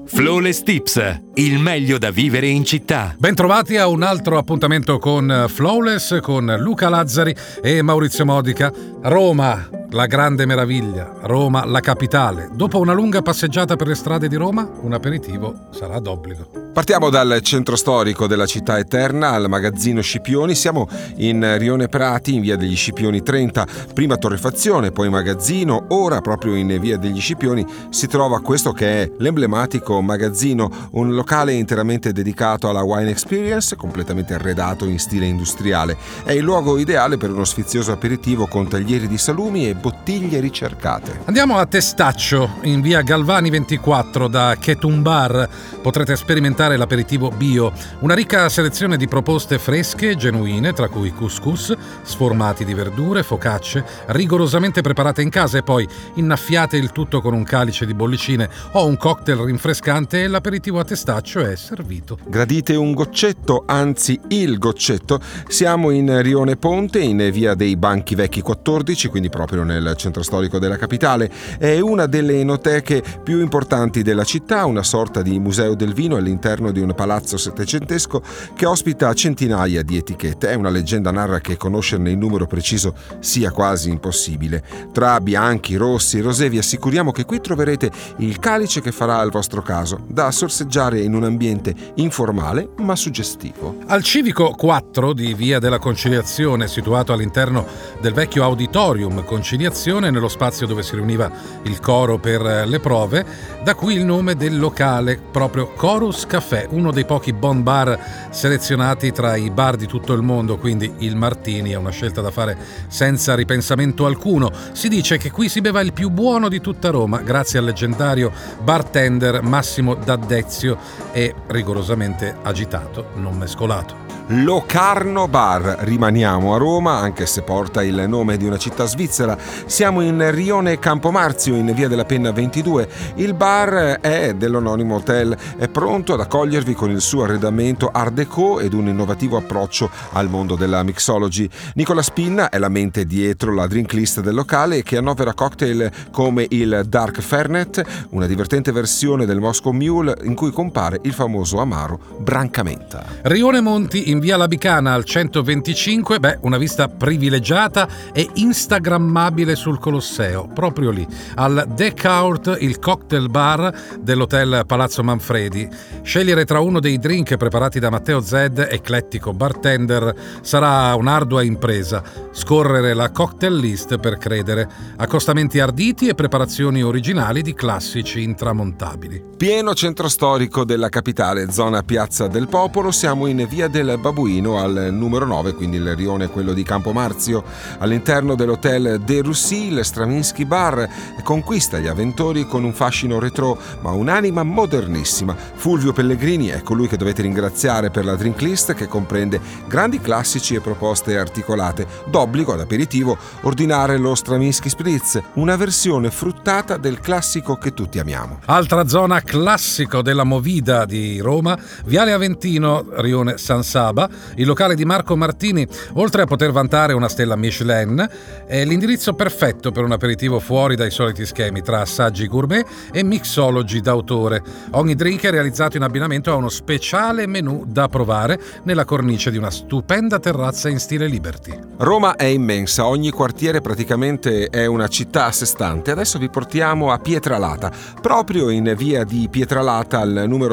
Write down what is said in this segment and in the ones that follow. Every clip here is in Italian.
Flawless Tips, il meglio da vivere in città. Bentrovati a un altro appuntamento con Flawless, con Luca Lazzari e Maurizio Modica. Roma, la grande meraviglia. Roma, la capitale. Dopo una lunga passeggiata per le strade di Roma, un aperitivo sarà d'obbligo. Partiamo dal centro storico della città eterna al magazzino Scipioni. Siamo in Rione Prati, in via degli Scipioni 30, prima torrefazione, poi magazzino. Ora, proprio in via degli Scipioni, si trova questo che è l'emblematico magazzino, un locale interamente dedicato alla wine experience, completamente arredato in stile industriale. È il luogo ideale per uno sfizioso aperitivo con taglieri di salumi e bottiglie ricercate. Andiamo a Testaccio, in via Galvani 24, da Ketum Bar. Potrete sperimentare l'aperitivo bio, una ricca selezione di proposte fresche, genuine, tra cui couscous, sformati di verdure, focacce, rigorosamente preparate in casa, e poi innaffiate il tutto con un calice di bollicine o un cocktail rinfrescante e l'aperitivo a Testaccio è servito. Gradite un goccetto, anzi il goccetto? Siamo in Rione Ponte, in via dei Banchi Vecchi 14, quindi proprio nel centro storico della capitale. È una delle enoteche più importanti della città, una sorta di museo del vino all'interno di un palazzo settecentesco che ospita centinaia di etichette. È una leggenda narra che conoscerne il numero preciso sia quasi impossibile. Tra bianchi, rossi e rosé vi assicuriamo che qui troverete il calice che farà al vostro caso, da sorseggiare in un ambiente informale ma suggestivo. Al Civico 4 di Via della Conciliazione, situato all'interno del vecchio auditorium Conciliazione, nello spazio dove si riuniva il coro per le prove, da qui il nome del locale, proprio Chorus Café, uno dei pochi bon bar selezionati tra i bar di tutto il mondo, quindi il Martini è una scelta da fare senza ripensamento alcuno. Si dice che qui si beva il più buono di tutta Roma, grazie al leggendario bartender Massimo D'Addezio, e rigorosamente agitato, non mescolato. Locarno Bar. Rimaniamo a Roma, anche se porta il nome di una città svizzera. Siamo in Rione Campomarzio, in via della Penna 22. Il bar è dell'omonimo hotel, è pronto ad accogliervi con il suo arredamento art déco ed un innovativo approccio al mondo della mixology. Nicola Spinna è la mente dietro la drink list del locale, che annovera cocktail come il Dark Fernet, una divertente versione del Moscow Mule in cui compare il famoso amaro Brancamenta. Rione Monti, in via Labicana al 125, una vista privilegiata e instagrammabile sul Colosseo, proprio lì, al Decaurt, il cocktail bar dell'hotel Palazzo Manfredi. Scegliere tra uno dei drink preparati da Matteo Zed, eclettico bartender, sarà un'ardua impresa. Scorrere la cocktail list per credere. Accostamenti arditi e preparazioni originali di classici intramontabili. Pieno centro storico della capitale, zona Piazza del Popolo. Siamo in via del Babuino al numero 9, quindi il rione è quello di Campomarzio. All'interno dell'hotel De Russie, il Stravinsky Bar conquista gli avventori con un fascino retro ma un'anima modernissima. Fulvio Pellegrini è colui che dovete ringraziare per la drink list, che comprende grandi classici e proposte articolate. D'obbligo ad aperitivo ordinare lo Stravinsky Spritz, una versione fruttata del classico che tutti amiamo. Altra zona classico della movida di Roma, Viale Aventino, rione San Saba, il locale di Marco Martini, oltre a poter vantare una stella Michelin, è l'indirizzo perfetto per un aperitivo fuori dai soliti schemi, tra assaggi gourmet e mixology d'autore. Ogni drink è realizzato in abbinamento a uno speciale menù da provare nella cornice di una stupenda terrazza in stile Liberty. Roma è immensa, ogni quartiere praticamente è una città a sé stante. Adesso vi portiamo a Pietralata, proprio in via di Pietralata al numero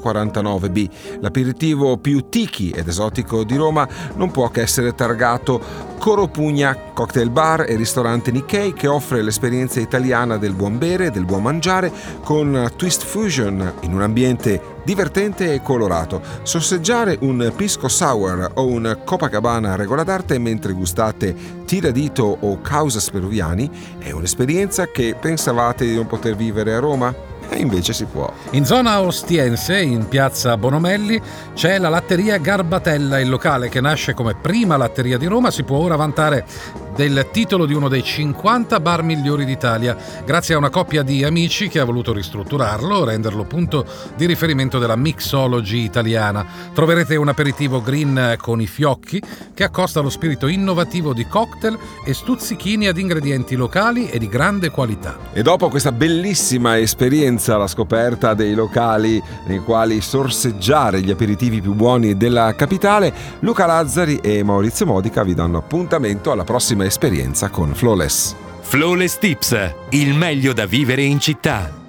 149B. L'aperitivo più tiki ed esotico di Roma non può che essere targato Coropugna Cocktail Bar e ristorante Nikkei, che offre l'esperienza italiana del buon bere e del buon mangiare con twist fusion in un ambiente divertente e colorato. Sorseggiare un pisco sour o un Copacabana regola d'arte mentre gustate tiradito o causas peruviani è un'esperienza che pensavate di non poter vivere a Roma? E invece si può. In zona ostiense, in piazza Bonomelli, c'è la latteria Garbatella, il locale che nasce come prima latteria di Roma. Si può ora vantare del titolo di uno dei 50 bar migliori d'Italia, grazie a una coppia di amici che ha voluto ristrutturarlo, renderlo punto di riferimento della mixology italiana. Troverete un aperitivo green con i fiocchi che accosta lo spirito innovativo di cocktail e stuzzichini ad ingredienti locali e di grande qualità. E dopo questa bellissima esperienza alla scoperta dei locali nei quali sorseggiare gli aperitivi più buoni della capitale, Luca Lazzari e Maurizio Modica vi danno appuntamento alla prossima esperienza con Flawless. Flawless Tips, il meglio da vivere in città.